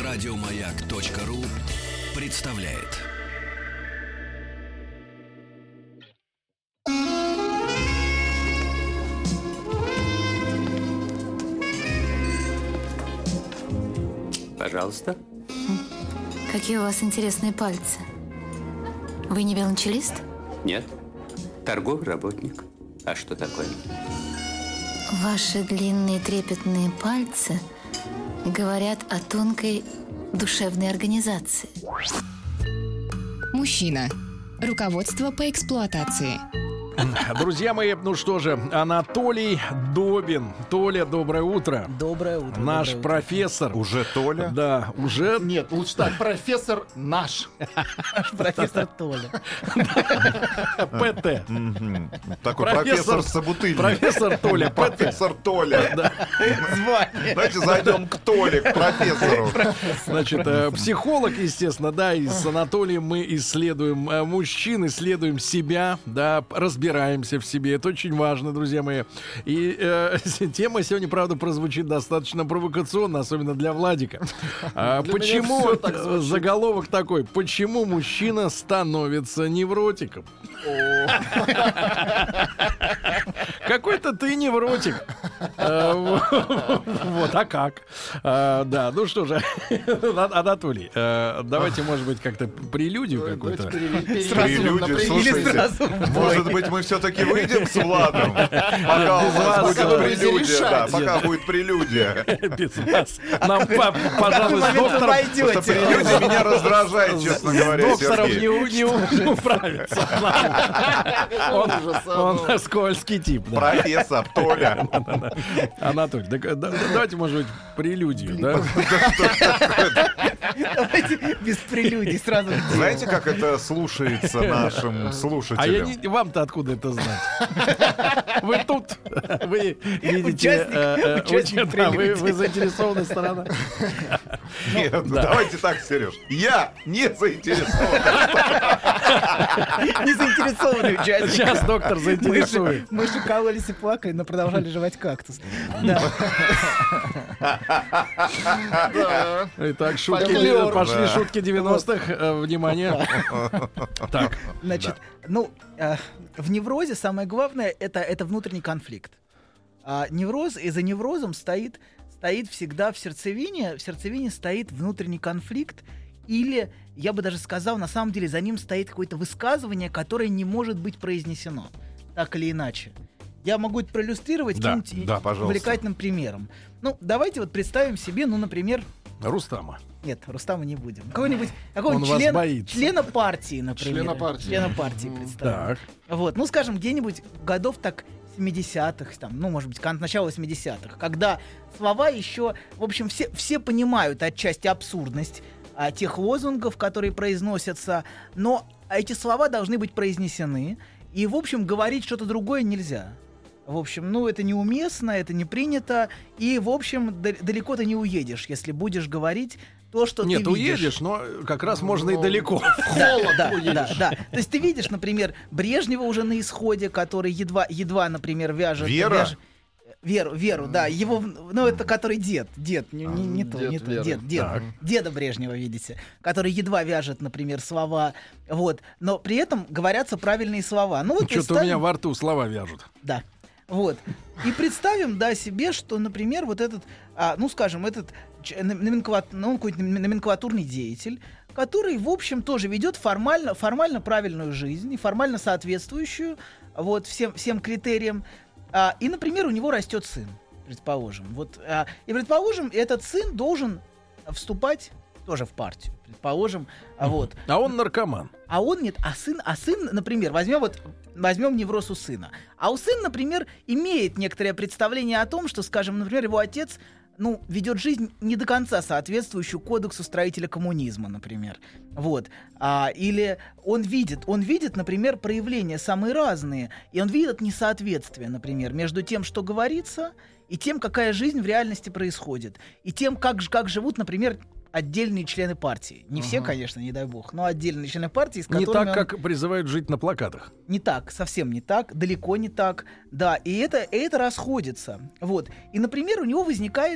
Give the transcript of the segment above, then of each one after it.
Радиомаяк.ру представляет. Пожалуйста. Какие у вас интересные пальцы. Вы не велончелист? Нет. Торговый работник. А что такое? Ваши длинные трепетные пальцы говорят о тонкой душевной организации. Мужчина. Руководство по эксплуатации. Друзья мои, ну что же, Анатолий Добин. Толя, доброе утро. Доброе утро. Наш доброе профессор. Уже Толя? Да, уже. Нет, лучше так, профессор наш. Профессор Толя. ПТ. Такой профессор Собутыльник. Профессор Толя. Профессор Толя. Звание. Давайте зайдем к Толе, к профессору. Значит, психолог, естественно, да, и с Анатолием мы исследуем мужчин, исследуем себя, да, разбираемся в себе. Это очень важно, друзья мои. И тема сегодня, правда, прозвучит достаточно провокационно, особенно для Владика. Почему заголовок такой? Почему мужчина становится невротиком? Какой-то ты невротик. Вот, а как? Да, ну что же, Анатолий, давайте, может быть, как-то прелюдию какую-то. Прелюдию, слушайте. Может быть, мы все-таки выйдем с Владом? Пока у вас будет прелюдия. Да, пока будет прелюдия. Без вас. Нам, пожалуй, с доктором... Потому что прелюдия меня раздражает, честно говоря, С доктором Сергей. не управится. Он скользкий тип. Профессор Толя. Анатолий, давайте, может быть, прелюдию, да? Давайте без прелюдий сразу. Знаете, как это слушается нашим А слушателям? вам-то откуда это знать? Вы тут, вы видите, Участник прелюдии. вы заинтересованная сторона. Нет, давайте так, Сереж. Я не заинтересован. Не заинтересованный участник. Сейчас доктор заинтересует. Мы шокололись и плакали, но продолжали жевать кактус. Да. Итак, шутки, Фольклор. пошли шутки 90-х. Внимание. Так. Значит, в неврозе самое главное это внутренний конфликт. Невроз, и за неврозом стоит всегда в сердцевине стоит внутренний конфликт, или, я бы даже сказал, на самом деле за ним стоит какое-то высказывание, которое не может быть произнесено, так или иначе. Я могу это проиллюстрировать каким-нибудь увлекательным примером. Ну, давайте вот представим себе, например... Рустама. Нет, Рустама не будем. Какого-нибудь члена партии, например. Члена партии представим. Так. Вот, скажем, где-нибудь годов так 70-х, там, может быть, начало 80-х, когда слова еще, в общем, все понимают отчасти абсурдность тех лозунгов, которые произносятся, но эти слова должны быть произнесены, и, в общем, говорить что-то другое нельзя. В общем, это неуместно, это не принято, и, в общем, далеко ты не уедешь, если будешь говорить то, что ты видишь. Нет, уедешь, но как раз можно и далеко. Да. То есть ты видишь, например, Брежнева уже на исходе, который едва, например, вяжет... Веру, да, его, это который дед, не то, деда Брежнева, видите, который едва вяжет, например, слова, вот, но при этом говорятся правильные слова. Что-то у меня во рту слова вяжут. Да, вот, и представим, себе, что, например, вот этот, скажем, этот какой-то номенклатурный деятель, который, в общем, тоже ведет формально правильную жизнь и формально соответствующую вот всем критериям. И, например, у него растет сын, предположим. И, предположим, этот сын должен вступать тоже в партию, предположим. Вот. А он наркоман. А он нет. А сын, например, возьмем невроз у сына. А у сына, например, имеет некоторое представление о том, что, скажем, например, его отец ведет жизнь не до конца соответствующую кодексу строителя коммунизма, например. Вот. Или он видит, например, проявления самые разные, и он видит несоответствие, например, между тем, что говорится, и тем, какая жизнь в реальности происходит, и тем, как живут, например, отдельные члены партии. Не все, конечно, не дай бог, но отдельные члены партии, с которыми... Не так, как призывают жить на плакатах. Не так, совсем не так, далеко не так. Да, и это расходится. Вот. И, например, у него возникает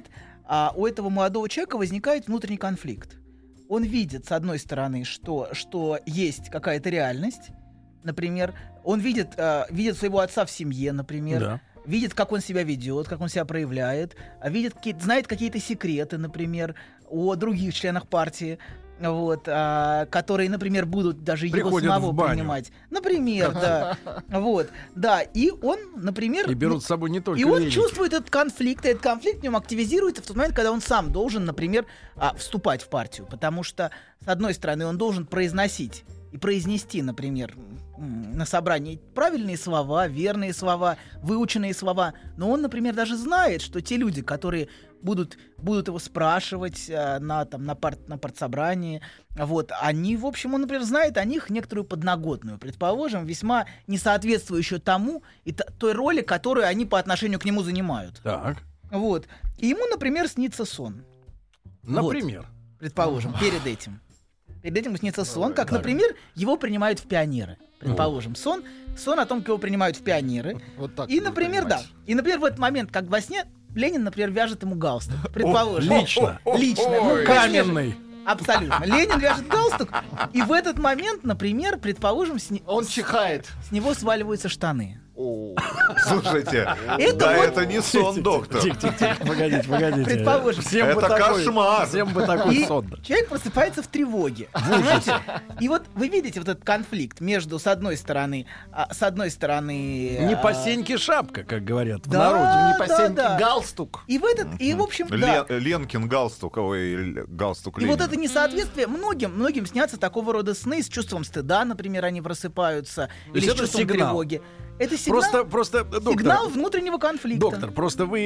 у этого молодого человека возникает внутренний конфликт. Он видит, с одной стороны, что есть какая-то реальность, например, он видит своего отца в семье, например, Да. видит, как он себя ведет, как он себя проявляет, знает какие-то секреты, например, о других членах партии, вот, которые, например, будут даже его Приходят самого в баню. принимать. Например, да. Вот, да. И он, например... И берут с собой не только И он веники. чувствует этот конфликт, и этот конфликт в нем активизируется в тот момент, когда он сам должен, например, вступать в партию. Потому что, с одной стороны, он должен произносить и произнести, например, на собрании правильные слова, верные слова, выученные слова. Но он, например, даже знает, что те люди, которые будут его спрашивать на партсобрании, вот, они, в общем, он, например, знает о них некоторую подноготную, предположим, весьма не соответствующую тому и той роли, которую они по отношению к нему занимают. Так. Вот. И ему, например, снится сон. Например. Вот, предположим, перед этим. Перед этим снится сон, как, например, его принимают в пионеры. Предположим, сон о том, как его принимают в пионеры. Вот так. И, например, да. И, например, в этот момент, как во сне, Ленин, например, вяжет ему галстук. Предположим. Лично. Лично. Ну, Каменный. Абсолютно. Ленин вяжет галстук, и в этот момент, например, предположим, Он чихает. с него сваливаются штаны. Слушайте, Это это не сон, доктор. Тихо, погодите. Предположим. Всем бы Это такой- кошмар. Всем бы такой И сон. человек просыпается в тревоге. Понимаете? И вот вы видите вот этот конфликт между, с одной стороны... Не по сеньке шапка, как говорят в Да. народе. Не по сеньке да. галстук. И в общем, да. Ленкин галстук, галстук И Ленина. вот это несоответствие многим снятся такого рода сны с чувством стыда, например, они просыпаются, То или есть с это чувством сигнал. тревоги. Это сигнал, Просто, доктор, сигнал внутреннего конфликта. доктор, просто вы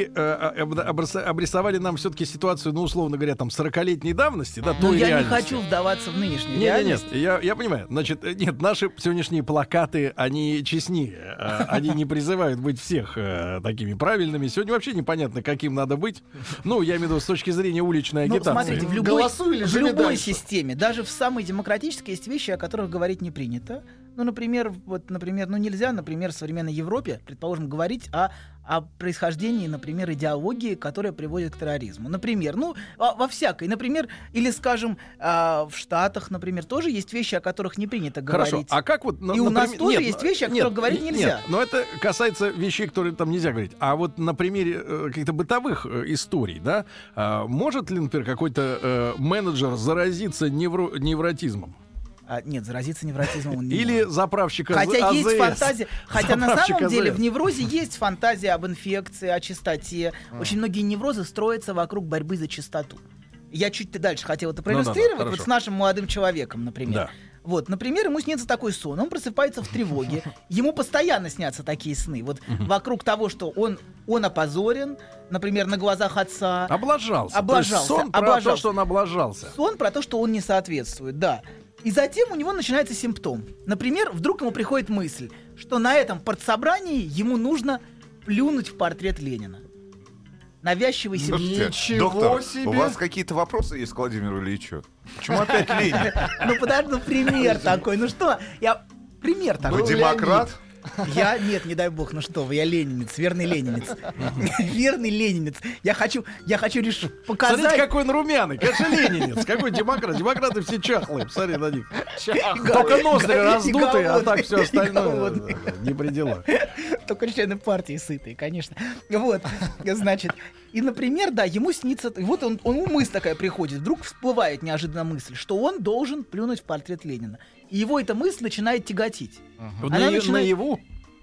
обрисовали нам все-таки ситуацию, ну, условно говоря, там, 40-летней давности, да, Но той я реальности. не хочу вдаваться в нынешнюю Нет, реальность. я понимаю. Значит, нет, наши сегодняшние плакаты, они честнее. Они не призывают быть всех такими правильными. Сегодня вообще непонятно, каким надо быть. Ну, я имею в виду с точки зрения уличной Ну, агитации. смотрите, в Голосуй или живи любой дальше. системе, даже в самой демократической, есть вещи, о которых говорить не принято. Ну, например, нельзя, например, в современной Европе, предположим, говорить о происхождении, например, идеологии, которая приводит к терроризму. Например, во всякой. Например, или, скажем, в Штатах, например, тоже есть вещи, о которых не принято говорить. Хорошо, а как вот... И у нас тоже есть вещи, о которых говорить нельзя. Нет, но это касается вещей, которые там нельзя говорить. А вот на примере каких-то бытовых историй, да, может ли, например, какой-то менеджер заразиться невротизмом? Нет, заразиться невротизмом он не Или может. заправщика Хотя АЗС? есть фантазия, хотя на Заправщик самом деле АЗС. в неврозе есть фантазия об инфекции, о чистоте. Очень многие неврозы строятся вокруг борьбы за чистоту. Я чуть дальше хотел это проиллюстрировать, хорошо. вот с нашим молодым человеком, например. Да. Вот, например, ему снится такой сон, он просыпается в тревоге, ему постоянно снятся такие сны. Вот вокруг того, что он опозорен, например, на глазах отца. Облажался. Облажался, То есть сон про облажался. то, что он облажался. Сон про то, что он не соответствует, да. И затем у него начинается симптом. Например, вдруг ему приходит мысль, что на этом партсобрании ему нужно плюнуть в портрет Ленина. Навязчивый симптом. Слушайте, Ничего доктор, себе. у вас какие-то вопросы есть к Владимиру Ильичу? Почему опять Ленин? Ну подожди, пример такой. Ну что, пример такой. Вы демократ? Нет, не дай бог, ну что вы, я ленинец, верный ленинец. Верный ленинец. Я хочу показать... Смотрите, какой он румяный. Конечно, ленинец. Какой демократ. Демократы все чахлые. Посмотри на них. Га- Только ноздри га- раздутые, а голодные, так все и остальное голодные. не при делах. Только члены партии сытые, конечно. Вот, значит, и, например, да, ему снится... Вот он мысль такая приходит, вдруг всплывает неожиданно мысль, что он должен плюнуть в портрет Ленина. И его эта мысль начинает тяготить. Она начинает- Наяву?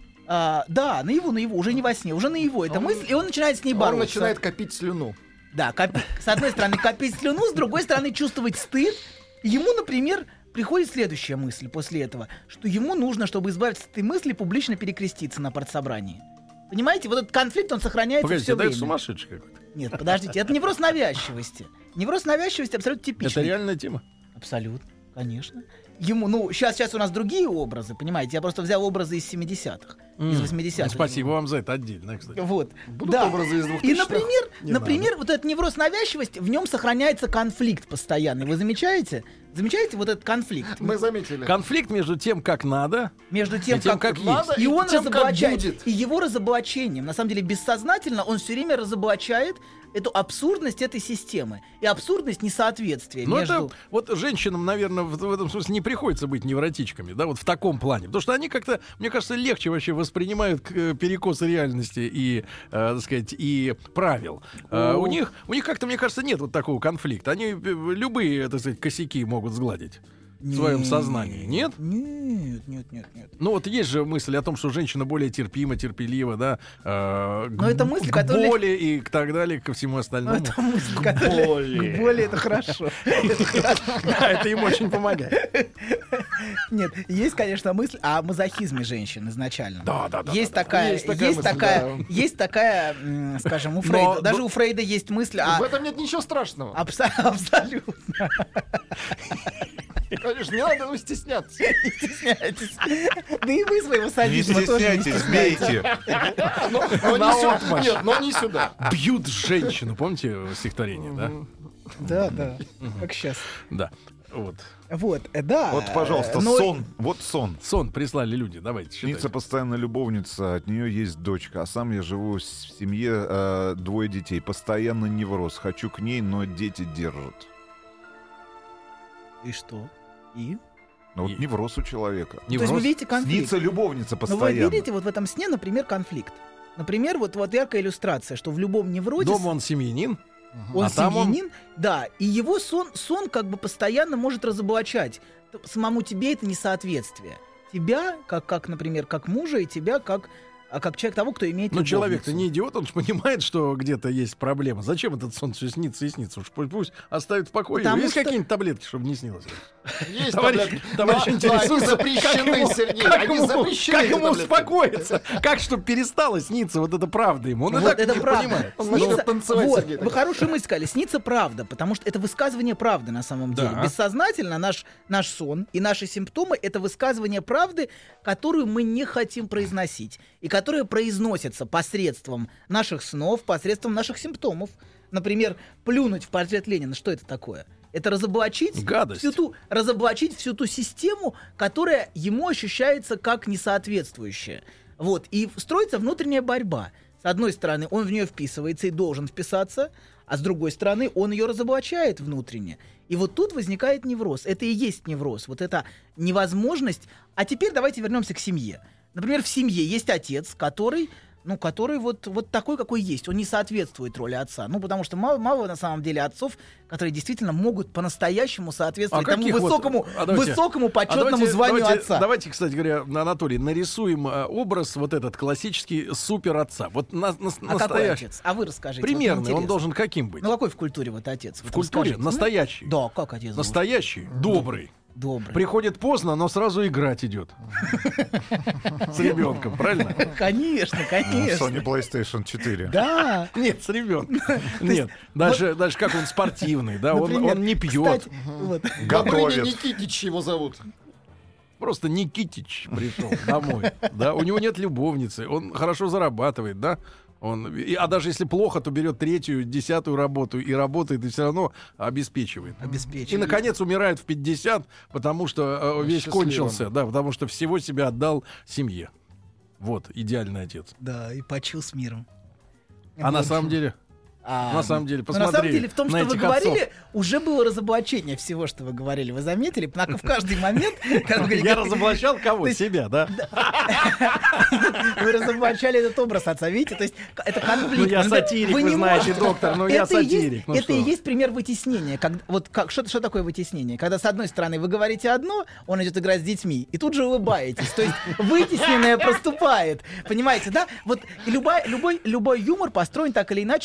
Да, наяву, уже не во сне, уже наяву эта мысль, и он начинает с ней бороться. Он начинает копить слюну. Да, с одной стороны копить слюну, с другой стороны чувствовать стыд. Ему, например, приходит следующая мысль после этого, что ему нужно, чтобы избавиться от этой мысли, публично перекреститься на партсобрании. Понимаете, вот этот конфликт, он сохраняется Погодите, все да это время. сумасшедший какой-то. Нет, подождите, это невроз навязчивости. Невроз навязчивости абсолютно типичный. Это реальная тема. Абсолютно, конечно. ему, сейчас у нас другие образы, понимаете, я просто взял образы из 70-х, из 80-х. Спасибо вам за это отдельно, кстати. Вот. Будут образы из 2000-х? И, например, вот этот невроз навязчивости, в нем сохраняется конфликт постоянный. Вы замечаете? Замечаете вот этот конфликт? Мы заметили. Конфликт между тем, как надо, Между тем, и тем, как надо, есть. и он тем, как разоблачает. будет. И его разоблачением, на самом деле, бессознательно он все время разоблачает эту абсурдность этой системы и абсурдность несоответствия Но между... это вот женщинам, наверное, в этом смысле не приходится быть невротичками, да, вот в таком плане. Потому что они как-то, мне кажется, легче вообще воспринимают перекосы реальности и, так сказать, и правил. У них как-то, мне кажется, нет вот такого конфликта. Они любые, так сказать, косяки могут сгладить. В своем сознании, нет? Нет. Ну вот есть же мысль о том, что женщина более терпима, терпелива, да, Но это мысль, к которая... боли и к так далее, ко всему остальному. Это мысль, которая... К боли это хорошо. Да, это им очень помогает. Нет, есть, конечно, мысль о мазохизме женщин изначально. Да. Есть такая, скажем, у Фрейда. Даже у Фрейда есть мысль о... В этом нет ничего страшного. Абсолютно. Конечно, не надо стесняться. Не стесняйтесь. Да и вы своего Не садизма тоже не стесняйтесь, стесняйтесь. бейте. Нет, но не сюда. Бьют женщину, помните стихотворение, да? Да, как сейчас. Да, вот. Вот, да. Вот, пожалуйста, но- сон. Вот сон. Сон прислали люди, давайте Ницца считайте. постоянно любовница, от нее есть дочка, а сам я живу в семье 2 детей. Постоянно невроз. Хочу к ней, но дети держат. И что? И? Ну вот невроз у человека. То есть вы видите конфликт. Снится любовница Но вы постоянно. видите вот в этом сне, например, конфликт. Например, вот яркая иллюстрация, что в любом неврозе... Дома он семьянин, Он а там он- семьянин, да, и его сон как бы постоянно может разоблачать. Самому тебе это несоответствие. Тебя, как, например, как мужа, и тебя, как человек того, кто имеет но любовницу. человек-то не идиот, он же понимает, что где-то есть проблема. Зачем этот сон все снится и снится? Уж пусть оставит в покое. Потому Есть что- какие-нибудь таблетки, чтобы не снилось? Есть Товарищ таблетки. Они интересуется, запрещены, Сергей. как Они ему запрещены. эти таблетки. успокоиться? Как, чтобы перестало сниться вот эта правда ему? Он и Вот так это не правда. понимает. Он начнет танцевать, Вот, Сергей, вы тогда. хорошую мысль сказали. Снится правда, потому что это высказывание правды на самом деле. Да. Бессознательно наш сон и наши симптомы — это высказывание правды, которую мы не хотим произносить, и которая произносится посредством наших снов, посредством наших симптомов. Например, плюнуть в портрет Ленина. Что это такое? Это разоблачить Гадость. всю ту систему, которая ему ощущается как несоответствующая. Вот. И строится внутренняя борьба. С одной стороны, он в нее вписывается и должен вписаться, а с другой стороны, он ее разоблачает внутренне. И вот тут возникает невроз. Это и есть невроз. Вот эта невозможность. А теперь давайте вернемся к семье. Например, в семье есть отец, который вот такой, какой есть. Он не соответствует роли отца. Ну, потому что мало на самом деле отцов, которые действительно могут по-настоящему соответствовать тому каких высокому почетному давайте, званию отца. Давайте, кстати говоря, Анатолий, нарисуем образ вот этот классический супер отца. Вот А какой настоящий. отец? А вы расскажите. Вот Примерный, интересно. он должен каким быть? Ну, какой в культуре вот отец? В культуре настоящий. Да, как отец? зовут? Настоящий, добрый. Добрый. Приходит поздно, но сразу играть идет. С ребенком, правильно? Конечно, конечно. Sony PlayStation 4. Да. Нет, с ребенком. Нет, даже как он спортивный, да, Например, он не пьет. кстати, вот. Добрыня Готовит. Никитич его зовут. Просто Никитич пришел домой. Да, у него нет любовницы, он хорошо зарабатывает, да. А даже если плохо, то берет 3-ю, 10-ю работу и работает, и все равно обеспечивает. И, наконец, умирает в 50, потому что весь Счастливым. кончился, да, потому что всего себя отдал семье. Вот, идеальный отец. Да, и почил с миром. А на самом деле... На самом деле, посмотри на самом деле, в том, на что вы этих говорили, отцов. уже было разоблачение всего, что вы говорили. Вы заметили? В каждый момент... когда вы говорили, Я разоблачал кого? То есть- Себя, да? Вы разоблачали этот образ отца, видите? То есть это конфликт. Ну, я Например, сатирик, вы вы не знаете, можете- доктор, но я Это и есть- сатирик. Ну Это что? и есть пример вытеснения. Что такое вытеснение? Когда, с одной стороны, вы говорите одно, он идет играть с детьми, и тут же улыбаетесь. То есть вытесненное проступает. Понимаете, да? Вот и любой юмор построен так или иначе на вопросе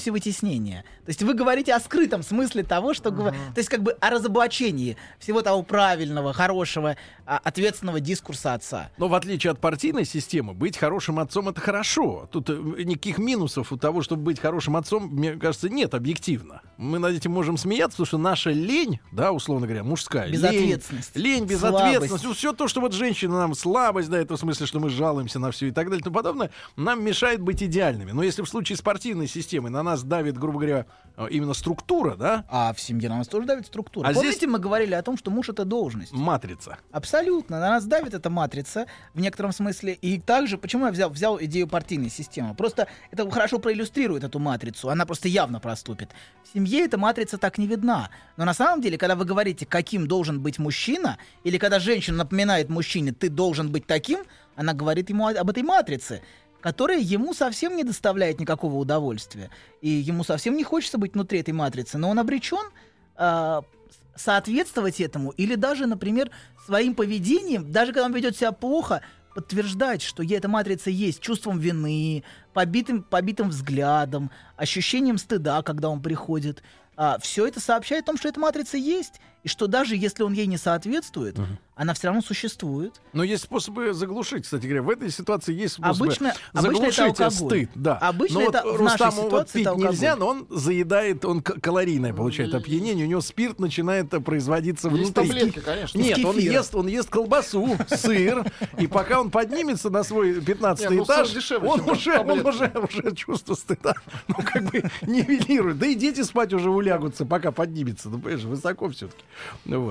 процессе вытеснения. То есть вы говорите о скрытом смысле того, что... То есть как бы о разоблачении всего того правильного, хорошего, ответственного дискурса отца. Но в отличие от партийной системы, быть хорошим отцом — это хорошо. Тут никаких минусов у того, чтобы быть хорошим отцом, мне кажется, нет объективно. Мы над этим можем смеяться, потому что наша лень, да, условно говоря, мужская. Безответственность. Лень, безответственность. Все то, что вот женщины нам слабость, да, это в смысле, что мы жалуемся на все и так далее и тому подобное, нам мешает быть идеальными. Но если в случае с партийной системой на нас давит, грубо говоря, именно структура, да? А в семье на нас тоже давит структура. А Помните, здесь мы говорили о том, что муж — это должность. Матрица. Абсолютно. На нас давит эта матрица в некотором смысле. И также, почему я взял идею партийной системы? Просто это хорошо проиллюстрирует эту матрицу. Она просто явно проступит. В семье эта матрица так не видна. Но на самом деле, когда вы говорите, каким должен быть мужчина, или когда женщина напоминает мужчине, ты должен быть таким, она говорит ему об этой матрице, которая ему совсем не доставляет никакого удовольствия. И ему совсем не хочется быть внутри этой матрицы. Но он обречен соответствовать этому, или даже, например, своим поведением, даже когда он ведет себя плохо, подтверждать, что эта матрица есть, чувством вины, побитым взглядом, ощущением стыда, когда он приходит. Все это сообщает о том, что эта матрица есть, и что даже если он ей не соответствует, она все равно существует. Но есть способы заглушить, кстати говоря. В этой ситуации есть способы обычно заглушить это стыд. Да. Обычно но это вот в нашей Рустаму ситуации вот пить это алкоголь. нельзя, но он заедает, он калорийное получает опьянение, у него спирт начинает производиться Есть внутри. таблетки, конечно. Нет, С он ест колбасу, сыр, и пока он поднимется на свой 15-й этаж, он уже чувство стыда как бы нивелирует. Да и дети спать уже улягутся, пока поднимется. Ну, понимаешь, высоко все-таки. Вот.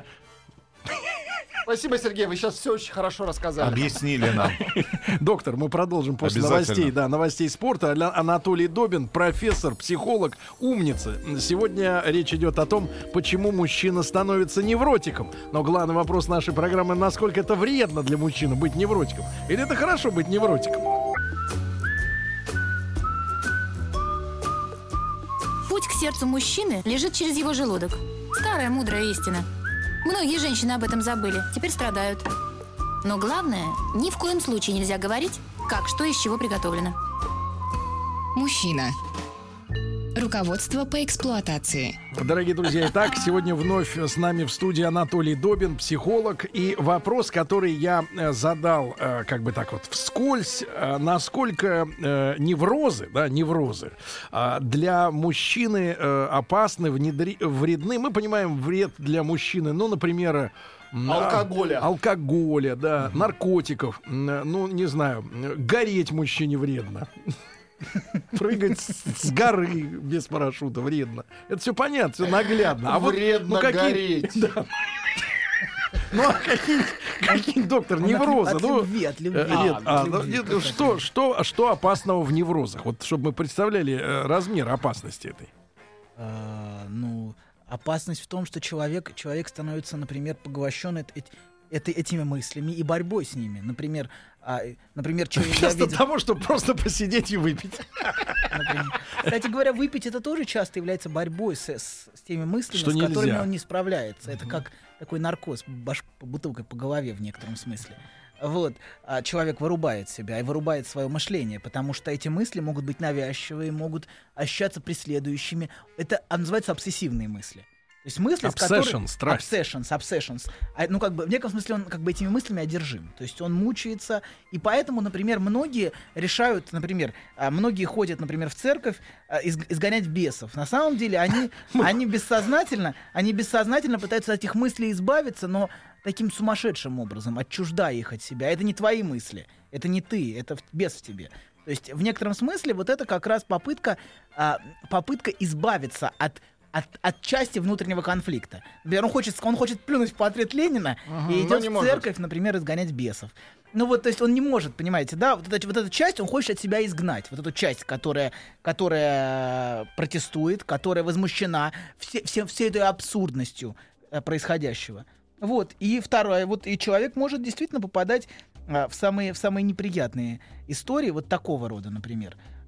Спасибо, Сергей, вы сейчас все очень хорошо рассказали. Объяснили нам. Доктор, мы продолжим после новостей спорта. Анатолий Добин, профессор, психолог, умница. Сегодня речь идет о том, почему мужчина становится невротиком. Но главный вопрос нашей программы: насколько это вредно для мужчины быть невротиком? Или это хорошо быть невротиком? Путь к сердцу мужчины лежит через его желудок. Старая мудрая истина. Многие женщины об этом забыли, теперь страдают. Но главное, ни в коем случае нельзя говорить, как, что, из чего приготовлено. Мужчина. Руководство по эксплуатации. Дорогие друзья, итак, сегодня вновь с нами в студии Анатолий Добин, психолог. И вопрос, который я задал, как бы так вот вскользь, насколько неврозы для мужчины опасны, вредны. Мы понимаем вред для мужчины, ну, например, алкоголя, да, наркотиков, ну, не знаю, гореть мужчине вредно. Прыгать с горы без парашюта вредно. Это все понятно, все наглядно. А вредно вот, гореть. Да. Ну а какие, доктор, неврозы? От любви. Что опасного в неврозах? Вот чтобы мы представляли размер опасности этой. Опасность в том, что человек становится, например, поглощен этими мыслями и борьбой с ними. Например, вместо того, чтобы просто посидеть и выпить. Кстати говоря, выпить — это тоже часто является борьбой с теми мыслями, с которыми он не справляется. Это как такой наркоз, бутылкой по голове в некотором смысле. Вот. Человек вырубает себя и вырубает свое мышление, потому что эти мысли могут быть навязчивые, могут ощущаться преследующими. Это называется обсессивные мысли. То есть мысли, obsessions. Ну, как бы, в неком смысле он как бы этими мыслями одержим. То есть он мучается. И поэтому, например, многие решают, например, многие ходят, например, в церковь изгонять бесов. На самом деле они бессознательно пытаются от этих мыслей избавиться, но таким сумасшедшим образом, отчуждая их от себя. Это не твои мысли, это не ты, это бес в тебе. То есть в некотором смысле вот это как раз попытка избавиться от части внутреннего конфликта. Например, он хочет плюнуть в портрет Ленина и идет в церковь, например, изгонять бесов. Ну вот, то есть он не может, понимаете, да, вот эту часть он хочет от себя изгнать. Вот эту часть, которая протестует, которая возмущена всей этой абсурдностью происходящего. Вот, и второе, вот, и человек может действительно попадать в самые неприятные истории вот такого рода, например.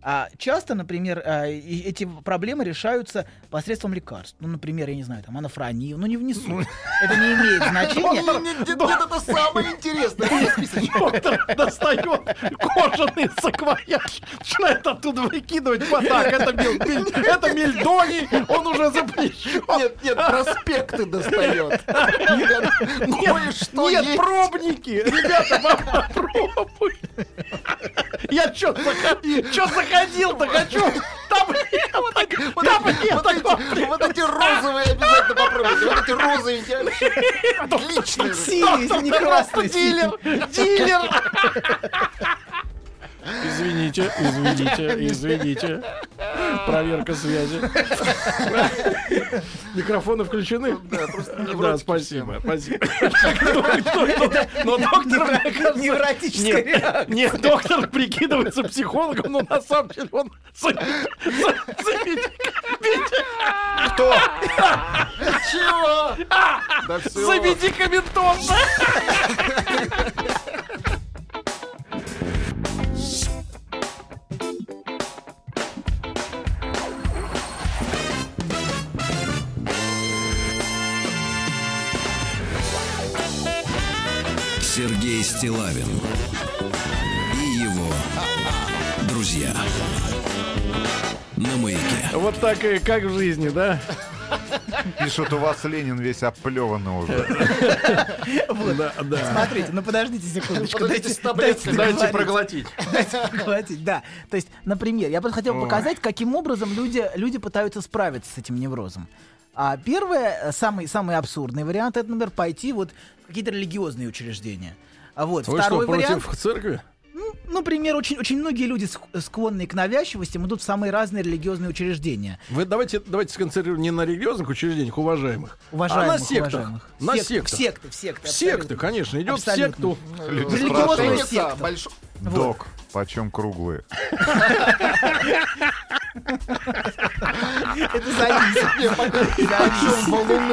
А часто, например, эти проблемы решаются посредством лекарств. Ну, например, я не знаю, там, анафронию. Ну, не внесу. Это не имеет значения. Нет, это самое интересное. Доктор достает кожаный саквояж, начинает оттуда выкидывать так, это мельдоний, он уже запрещен. Нет, проспекты достает. Кое-что Нет, есть. пробники. Ребята, попробуй. Я что заходил-то, хочу таблеток. Вот эти розовые обязательно попробуйте. Вот эти розовенькие. Отличные. Синий, не красный. Дилер. Извините. Проверка связи. Микрофоны включены? Да, спасибо. Но доктор... Невротическая реакция. Нет, доктор прикидывается психологом, но на самом деле он... Кто? Чего? Да всё. Замедикаментозно. Сергей Стиллавин и его друзья на Маяке. Вот так и как в жизни, да? Пишут, у вас Ленин весь оплеванный уже. Да. Смотрите, ну подождите секундочку. Подождите с таблетками. Дайте проглотить. Да. То есть, например, я просто хотел показать, каким образом люди пытаются справиться с этим неврозом. А первое, самый абсурдный вариант, это, например, пойти вот в какие-то религиозные учреждения. А вот Вы второй что, вариант. против церкви? Например, очень многие люди, склонные к навязчивости, идут в самые разные религиозные учреждения. Вы давайте сконцентрируем не на религиозных учреждениях, уважаемых, а на сектах. На сектах. Секты, конечно, идет в секту. Люди Религиозную спрашивают, секту. док, почем круглые? Это зависит.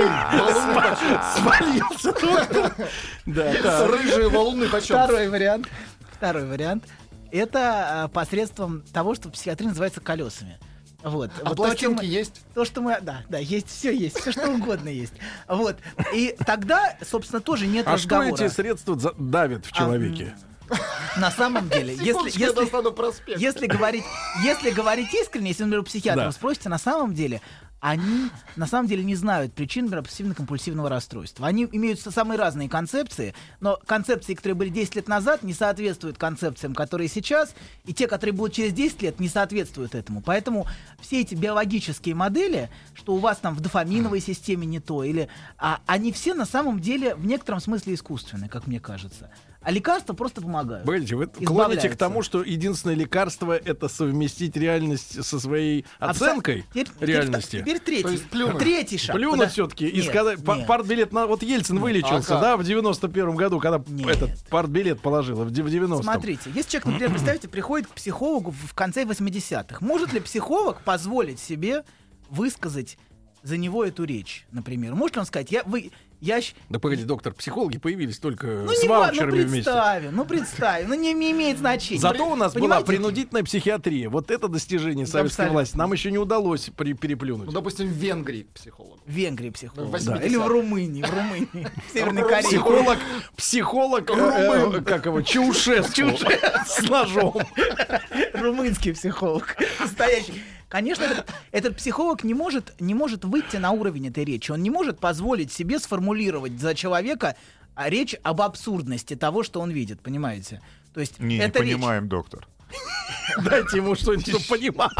Свалился доктор. Да. Рыжие валуны почем? Второй вариант — это посредством того, что в психиатрии называется колесами. Вот. А Вот пластинки есть? То, что мы... Да, есть, все что угодно есть. Вот. И тогда, собственно, тоже нет разговора. А что эти средства давят в человеке? На самом деле, Я достану проспект. если говорить искренне, если, например, у психиатров Да. спросите, на самом деле они на самом деле не знают причин, например, обсессивно-компульсивного расстройства. Они имеют самые разные концепции, но концепции, которые были 10 лет назад, не соответствуют концепциям, которые сейчас, и те, которые будут через 10 лет, не соответствуют этому. Поэтому все эти биологические модели, что у вас там в дофаминовой системе не то, они все на самом деле в некотором смысле искусственны, как мне кажется. А лекарства просто помогают. Погодите, вы клоните Избавляются. к тому, что единственное лекарство — это совместить реальность со своей оценкой реальности? Теперь третий. То есть плюнуть. Третий шаг. Плюнуть все-таки и сказать, нет. партбилет, вот Ельцин вылечился, А да, в 91-м году, когда Нет. этот партбилет положил, в 90-м. Смотрите, если человек, например, представьте, приходит к психологу в конце 80-х, может ли психолог позволить себе высказать за него эту речь, например? Может ли он сказать, Да погоди, доктор, психологи появились только с не ваучерами вместе. представим, не имеет значения. Зато у нас была Понимаете? принудительная психиатрия. Вот это достижение советской Абсолютно. власти нам еще не удалось переплюнуть. Ну, допустим, в Венгрии психолог. В Венгрии психолог. В Да. 80-х. Или в Румынии, в Северной Корее. Психолог, как его, Чаушеску с ножом. Румынский психолог. Настоящий. Конечно, этот психолог не может выйти на уровень этой речи. Он не может позволить себе сформулировать за человека речь об абсурдности того, что он видит, понимаете? То есть Не эта речь... понимаем, доктор. Дайте ему что-нибудь, чтобы понимал.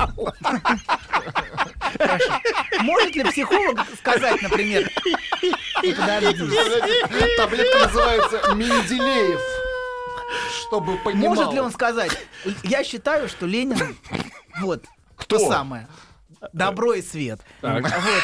Может ли психолог сказать, например... Подождите. Таблетка называется Менделеев. Чтобы понимал. Может ли он сказать, я считаю, что Ленин, вот, то самое. Добро и свет. Вот.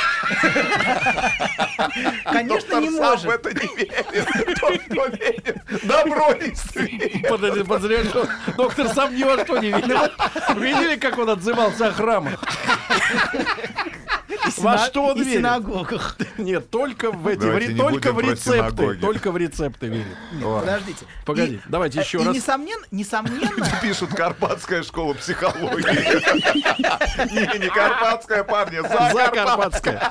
Конечно, не Сам в может. это не верит. Тот, кто верит. Добро и свет. Подозреваю, что доктор сам ни во что не видел. Видели, как он отзывался о храмах? Во что он и верит? синагогах. Нет, только в Давайте не только в будем про рецепты. синагоги. Только в рецепты верит. Нет, подождите. Погоди, давайте еще и раз. несомненно, Пишут Карпатская школа психологии. Не Карпатская, парни, Закарпатская.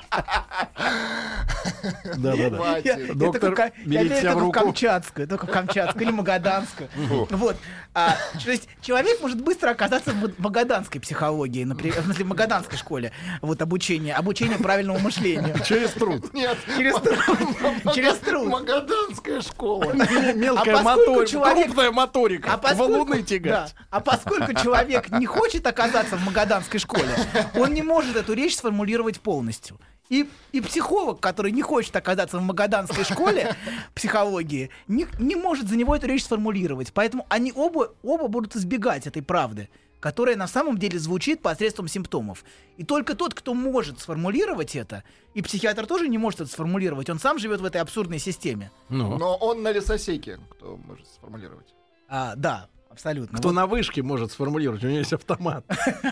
Да-да-да. Хватит. Доктор, я берите верю себя в только в руку. Камчатскую, или Магаданскую. Вот. То есть человек может быстро оказаться в магаданской психологии, например, в смысле, в магаданской школе. Вот обучение правильному мышлению. Через труд. Нет, Через труд. Магаданская школа. Мелкая А поскольку моторика, человек- крупная моторика. Валуны тягать. А поскольку человек не хочет оказаться в магаданской школе, он не может эту речь сформулировать полностью. И психолог, который не хочет оказаться в магаданской школе психологии, не может за него эту речь сформулировать. Поэтому они оба будут избегать этой правды, которая на самом деле звучит посредством симптомов. И только тот, кто может сформулировать это, и психиатр тоже не может это сформулировать, он сам живет в этой абсурдной системе. Но он на лесосеке, кто может сформулировать. Да, абсолютно. Кто на вышке может сформулировать, у него есть автомат.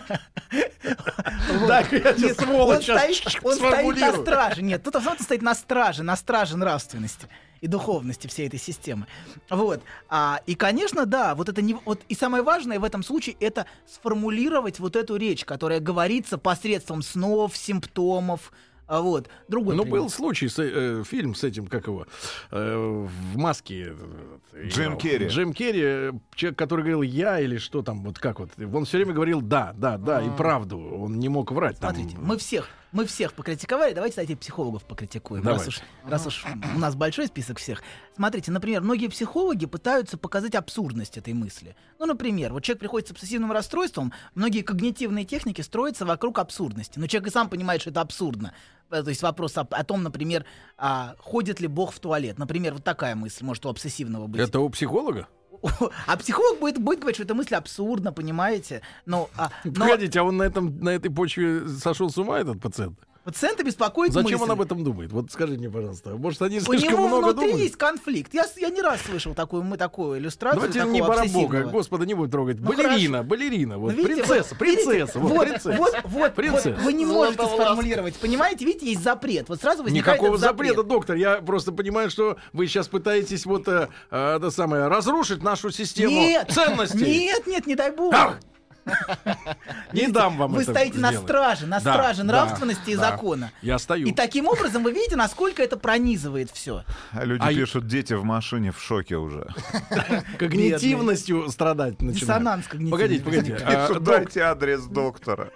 Да, я тебе, сволочь, Он стоит на сформулирую. страже. Нет, тут автомат стоит на страже нравственности и духовности всей этой системы. Вот. И, конечно, да, и самое важное в этом случае — это сформулировать вот эту речь, которая говорится посредством снов, симптомов. Вот. Другой Ну, пример. был случай, фильм с этим, как его, в маске. Джим Керри. Джим Керри, человек, который говорил «я» или что там, вот как вот. Он все время говорил «да», и правду. Он не мог врать. Смотрите, там. мы всех покритиковали, давайте, кстати, психологов покритикуем, Давайте. раз уж у нас большой список всех. Смотрите, например, многие психологи пытаются показать абсурдность этой мысли. Ну, например, вот человек приходит с обсессивным расстройством, многие когнитивные техники строятся вокруг абсурдности. Но человек и сам понимает, что это абсурдно. То есть вопрос о том, например, ходит ли Бог в туалет. Например, вот такая мысль может у обсессивного быть. Это у психолога? А психолог будет говорить, что эта мысль абсурдна, понимаете? Но Погодите, а он на этой почве сошел с ума, этот пациент? пациента беспокоит Зачем мысль. он об этом думает? Вот скажите мне, пожалуйста. Может, они У слишком него много внутри думают? есть конфликт. Я не раз слышал такую иллюстрацию. Давайте такого не Барабога, обсессивного. Господа, не будем трогать. Ну, балерина, вот, Ну, видите, принцесса. Вот вы не можете Золотовласка. сформулировать. Понимаете, видите, есть запрет. Вот сразу возникает Никакого этот запрет. запрета, доктор. Я просто понимаю, что вы сейчас пытаетесь разрушить нашу систему ценностей. Нет, не дай бог. Ах! Не дам вам Вы это стоите на сделать. страже нравственности и да. закона. Я стою. И таким образом вы видите, насколько это пронизывает все. А люди пишут, дети в машине в шоке уже. Когнитивностью страдать начинают. Диссонанс когнитивный. Погодите. Пишут, дайте адрес доктора.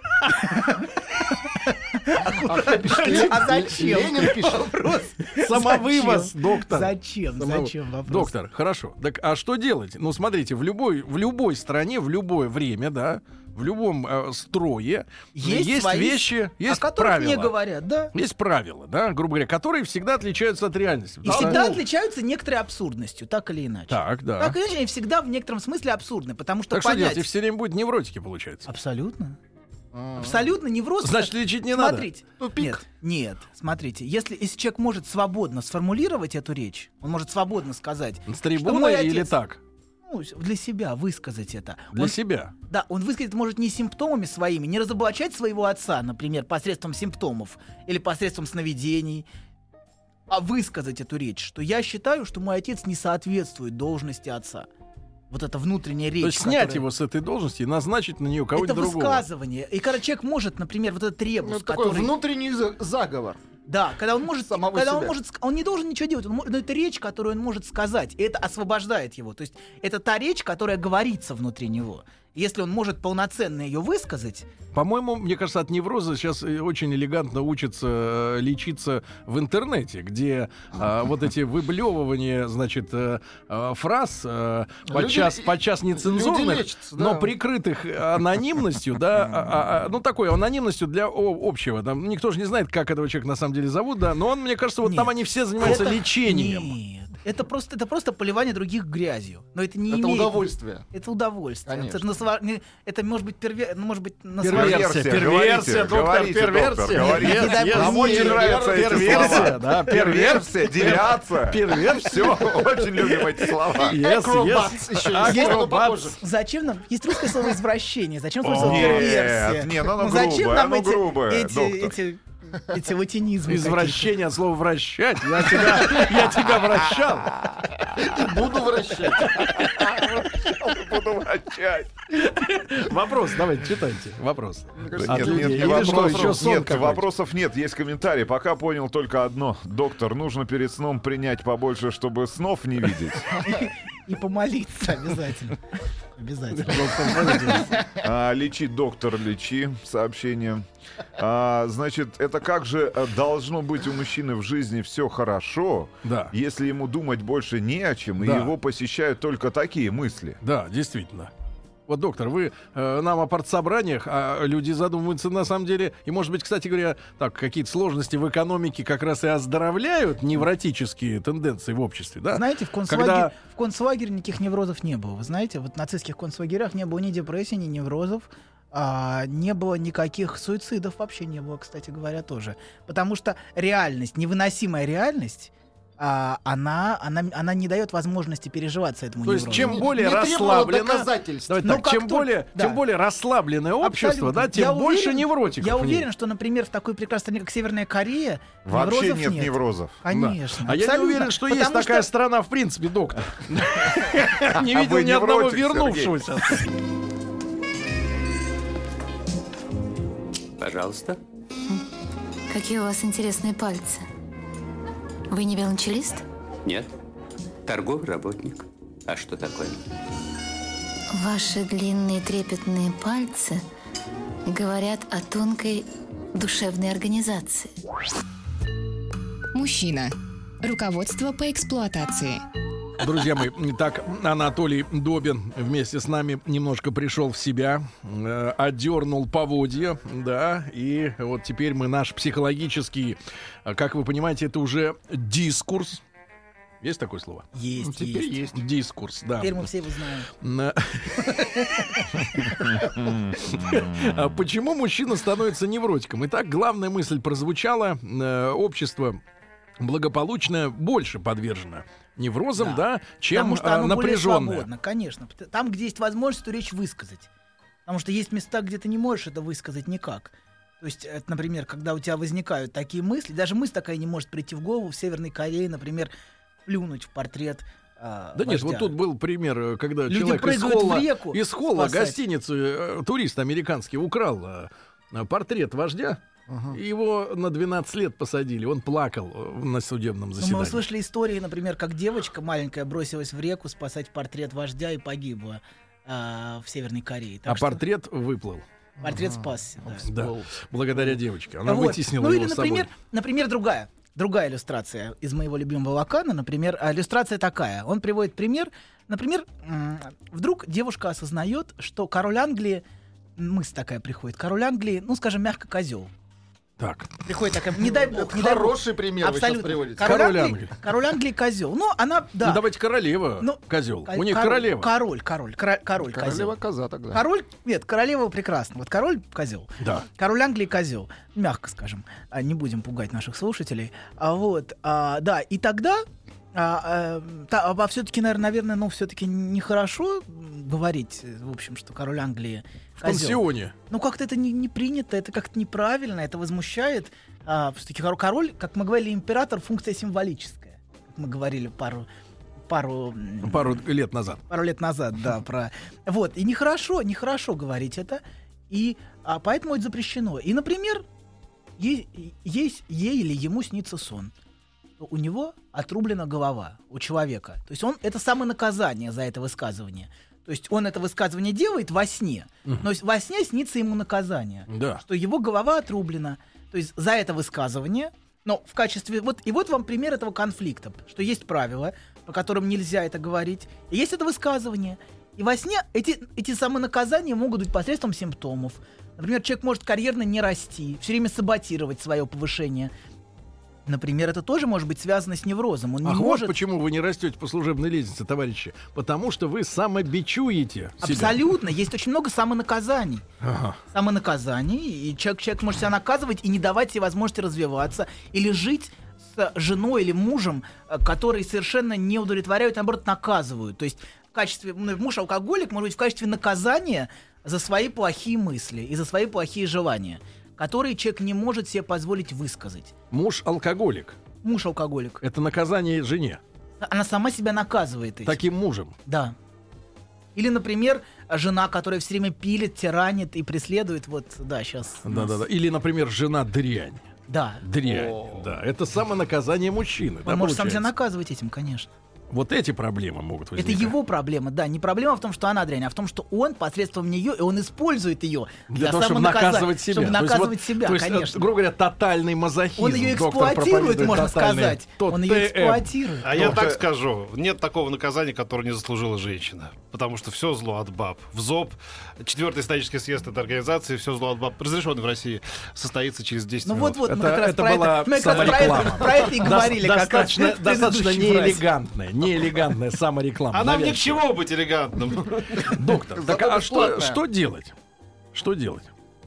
А зачем? Ленин пишет. Вопрос. Самовывоз, Зачем? доктор. Зачем? Зачем вопрос? Доктор, хорошо. Так, а что делать? Ну, смотрите, в любой стране, в любое время, да, в любом строе есть свои, вещи, есть о которых правила. не говорят, да. Есть правила, да, грубо говоря, которые всегда отличаются от реальности. И всегда отличаются некоторой абсурдностью, так или иначе. Так, да. Так или иначе, они всегда в некотором смысле абсурдны, потому что Так что понять... делать? И все время будет невротики, получается. Абсолютно. Абсолютно невроз. Значит, лечить не надо? Смотрите. Нет, смотрите. Если человек может свободно сформулировать эту речь, он может свободно сказать... С что трибуны мой или отец- так? Ну, для себя высказать это. Для себя. Да, он высказать может не симптомами своими, не разоблачать своего отца, например, посредством симптомов или посредством сновидений, а высказать эту речь, что я считаю, что мой отец не соответствует должности отца. Вот это внутренняя речь. То есть снять которая- его с этой должности и назначить на нее кого-нибудь Это другого. высказывание. И когда человек может, например, вот этот ребус, Ну, такой который... внутренний заговор. Да, когда он может, Самого когда он себя. может, он не должен ничего делать, но это речь, которую он может сказать, и это освобождает его. То есть это та речь, которая говорится внутри него. Если он может полноценно ее высказать, По-моему, мне кажется, от невроза сейчас очень элегантно учатся лечиться в интернете, где вот эти выблевывания, значит, фраз, подчас нецензурных, люди лечатся, да. но прикрытых анонимностью, да, ну такой анонимностью для общего. Там никто же не знает, как этого человека на самом деле зовут, да, но он, мне кажется, вот Нет. там они все занимаются это- лечением. Нет, это просто поливание других грязью. Но это не Это имеет... удовольствие. Это удовольствие. Конечно. Это может быть Перверсия, доктор, говорите, перверсия. доктор, говорите. Не дай бог. Нам очень Нет, нравятся эти перверсия, слова. да, Перверсия, девиация. Перверсия. Все, очень любим эти слова. Акробатс еще есть. Акробатс. Зачем нам... Есть русское слово извращение. Зачем слово перверсия? Нет, ну оно Зачем грубое, нам оно грубое, эти доктор. Эти латинизмы. Извращение от слова «вращать». Я тебя вращал. Буду вращать. Буду вращать. Вопрос, давайте, читайте. Вопрос. Нет, вопросов нет, есть комментарий. Пока понял только одно. Доктор, нужно перед сном принять побольше, чтобы снов не видеть. И помолиться обязательно. Обязательно. Лечи, доктор, лечи. Сообщение. Значит, это как же должно быть у мужчины в жизни все хорошо, если ему думать больше не о чем, и его посещают только такие мысли. Да, действительно. Вот, доктор, вы нам о партсобраниях, а люди задумываются на самом деле, и, может быть, кстати говоря, так, какие-то сложности в экономике как раз и оздоровляют невротические тенденции в обществе, да? Знаете, в концлагере никаких неврозов не было. Вы знаете, вот в нацистских концлагерях не было ни депрессии, ни неврозов, не было никаких суицидов, вообще не было, кстати говоря, тоже. Потому что реальность, невыносимая реальность, она не дает возможности переживаться этому неврозу. То есть чем более чем более расслабленное общество, да, тем больше невротиков. Я уверен, что, например, в такой прекрасной стране, как Северная Корея, вообще нет неврозов. Конечно. А я не уверен, что есть такая страна в принципе, доктор. Не видел ни одного вернувшегося. Пожалуйста. Какие у вас интересные пальцы. Вы не велончелист? Нет. Торговый работник. А что такое? Ваши длинные трепетные пальцы говорят о тонкой душевной организации. Мужчина. Руководство по эксплуатации. Друзья мои, так Анатолий Добин вместе с нами немножко пришел в себя, отдернул поводья, да, и вот теперь мы наш психологический, как вы понимаете, это уже дискурс. Есть такое слово? Есть, теперь есть. Дискурс, да. Теперь мы все его знаем. Почему мужчина становится невротиком? Итак, главная мысль прозвучала. Общество благополучное больше подвержено неврозам, да, чем потому что оно напряженное. Более свободно, конечно. Там, где есть возможность эту речь высказать. Потому что есть места, где ты не можешь это высказать никак. То есть, это, например, когда у тебя возникают такие мысли, даже мысль такая не может прийти в голову в Северной Корее, например, плюнуть в портрет вождя. Нет, вот тут был пример, когда люди человек из холла гостиницы, турист американский, украл портрет вождя. И его на 12 лет посадили. Он плакал на судебном заседании. Мы слышали истории, например, как девочка маленькая бросилась в реку спасать портрет вождя и погибла в Северной Корее. Портрет выплыл. Портрет спасся. Да. Благодаря девочке. Она вытеснила его с собой. Например, другая иллюстрация из моего любимого Лакана. Например, иллюстрация такая. Он приводит пример. Например, вдруг девушка осознает, что король Англии, мысль такая приходит, король Англии, ну, скажем, мягко козел. Так. Приходит такая, не дай бог. Хороший пример вы сейчас приводите. Король Англии козел. Ну, она, да. Ну, давайте королева козел. У них королева. Король козел. Королева коза тогда. Королева прекрасно. Вот король козел. Да. Король Англии козел. Мягко скажем. Не будем пугать наших слушателей. Да, и тогда все-таки, наверное, все-таки нехорошо говорить, в общем, что король Англии в пансионе. Ну, как-то это не принято, это как-то неправильно, это возмущает. Все-таки король, как мы говорили, император, функция символическая. Как мы говорили пару лет назад. Пару лет назад, да. Вот, и нехорошо говорить это, и поэтому это запрещено. И, например, ей или ему снится сон. У него отрублена голова у человека. То есть это самонаказание за это высказывание. То есть он это высказывание делает во сне, но во сне снится ему наказание, что его голова отрублена. То есть за это высказывание, но в качестве... И вот вам пример этого конфликта, что есть правила, по которым нельзя это говорить, и есть это высказывание. И во сне эти самонаказания могут быть посредством симптомов. Например, человек может карьерно не расти, все время саботировать свое повышение. Например, это тоже может быть связано с неврозом. Он не может... Вот почему вы не растете по служебной лестнице, товарищи. Потому что вы самобичуете себя. Абсолютно. Есть очень много самонаказаний. Самонаказаний. И человек может себя наказывать и не давать себе возможности развиваться. Или жить с женой или мужем, которые совершенно не удовлетворяют, а наоборот, наказывают. То есть в качестве... Муж-алкоголик может быть в качестве наказания за свои плохие мысли и за свои плохие желания. которые человек не может себе позволить высказать. Муж алкоголик. Муж алкоголик. Это наказание жене. Она сама себя наказывает этим. Таким мужем. Да. Или, например, жена, которая все время пилит, тиранит и преследует. Вот, да, сейчас. Да. Или, например, жена дрянь. Да. Дрянь. Да. Это самонаказание мужчины. Он может сам себя наказывать этим, конечно. Вот эти проблемы могут возникать. Это его проблема, да. Не проблема в том, что она дрянь, а в том, что он посредством нее, и он использует ее для того, чтобы наказывать себя. Чтобы наказывать себя, конечно. То есть, грубо говоря, тотальный мазохизм. Он ее эксплуатирует, можно сказать. Он ее эксплуатирует. А я так скажу. Нет такого наказания, которое не заслужила женщина. Потому что все зло от баб. В ЗОП, 4-й исторический съезд этой организации, все зло от баб, разрешенный в России, состоится через 10 минут. Вот, мы как раз про это и говорили. Достаточно неэлегантная самореклама. А нам ни к чему быть элегантным. Доктор, так а что делать? Что делать?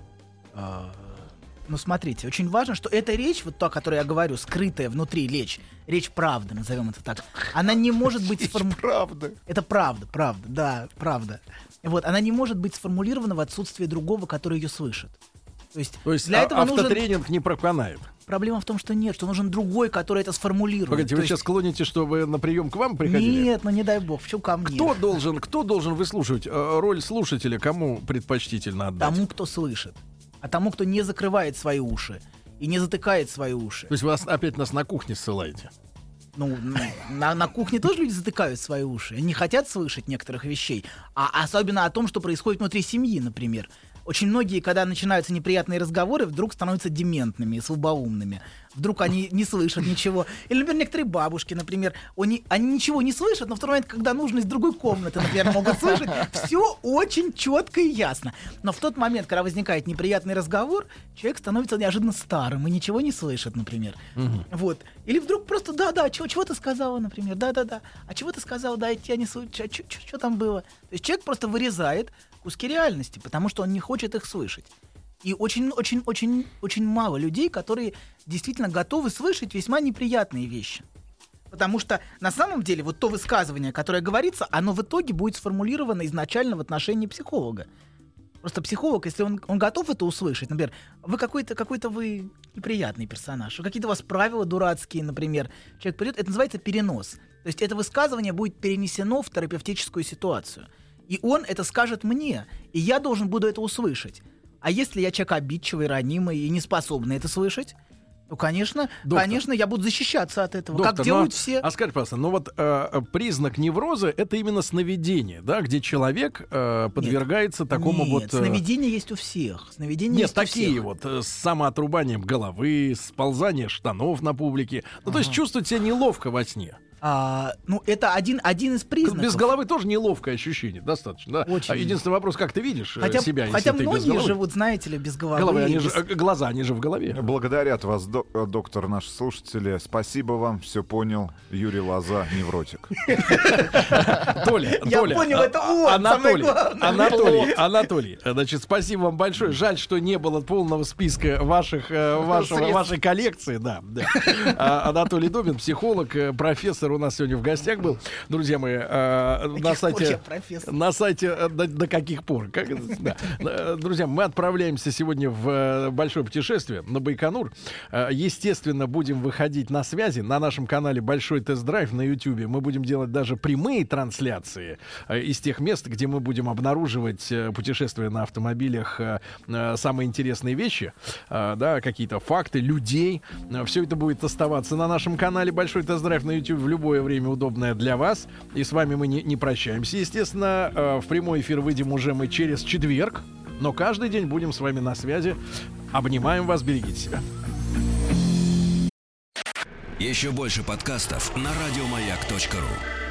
Ну, смотрите, очень важно, что эта речь, вот та, о которой я говорю, скрытая внутри речь правды, назовем это так, она не может быть сформулирована. Это правда, да, правда. Вот, она не может быть сформулирована в отсутствии другого, который ее слышит. То есть для этого автотренинг не проканает. Проблема в том, что нет, что нужен другой, который это сформулирует. Погодите, вы сейчас клоните, чтобы на прием к вам приходили? Нет, ну не дай бог, почему ко мне? Кто должен выслушивать? Роль слушателя кому предпочтительно отдать? Тому, кто слышит. А тому, кто не закрывает свои уши и не затыкает свои уши. То есть вы опять нас на кухне ссылаете? Ну, на кухне тоже люди затыкают свои уши. Они не хотят слышать некоторых вещей. А особенно о том, что происходит внутри семьи, например. Очень многие, когда начинаются неприятные разговоры, вдруг становятся дементными и слабоумными. Вдруг они не слышат ничего. Или, например, некоторые бабушки, например, они ничего не слышат, но в тот момент, когда нужно из другой комнаты, например, могут слышать, все очень четко и ясно. Но в тот момент, когда возникает неприятный разговор, человек становится неожиданно старым и ничего не слышит, например. Вот. Или вдруг просто, да, чего ты сказала, например, да. А чего ты сказала, да, я не слышу, что там было? То есть человек просто вырезает куски реальности, потому что он не хочет их слышать. И очень мало людей, которые действительно готовы слышать весьма неприятные вещи. Потому что на самом деле вот то высказывание, которое говорится, оно в итоге будет сформулировано изначально в отношении психолога. Просто психолог, если он готов это услышать, например, вы какой-то вы неприятный персонаж, какие-то у вас правила дурацкие, например, человек придет, это называется перенос. То есть это высказывание будет перенесено в терапевтическую ситуацию. И он это скажет мне, и я должен буду это услышать. А если я человек обидчивый, ранимый и не способный это слышать, то, конечно, я буду защищаться от этого, доктор, как делают все. А скажите, пожалуйста, признак невроза — это именно сновидение, да, где человек подвергается такому Нет, сновидение есть у всех. Нет, такие вот, с самоотрубанием головы, сползание штанов на публике. Ну, то есть чувствовать себя неловко во сне. Это один из признаков. Без головы тоже неловкое ощущение, достаточно. Да? Единственный вопрос, как ты видишь себя, если хотя ты без головы. Многие живут, знаете ли, без головы. Глаза, они же в голове. Благодарят вас, доктор, наши слушатели. Спасибо вам, все понял. Юрий Лоза, невротик. Толя, я понял, это он, самое главное. Анатолий, значит, спасибо вам большое. Жаль, что не было полного списка вашей коллекции. Да. Анатолий Добин, психолог, профессор, у нас сегодня в гостях был. Друзья мои, на сайте до каких пор? Друзья, мы отправляемся сегодня в большое путешествие на Байконур. Естественно, будем выходить на связи. На нашем канале Большой тест-драйв на YouTube мы будем делать даже прямые трансляции из тех мест, где мы будем обнаруживать, путешествуя на автомобилях, самые интересные вещи, да, какие-то факты, людей. Все это будет оставаться на нашем канале Большой тест-драйв на YouTube в любое время, удобное для вас. И с вами мы не прощаемся, естественно. В прямой эфир выйдем уже мы через четверг. Но каждый день будем с вами на связи. Обнимаем вас, берегите себя. Еще больше подкастов на радиомаяк.ру.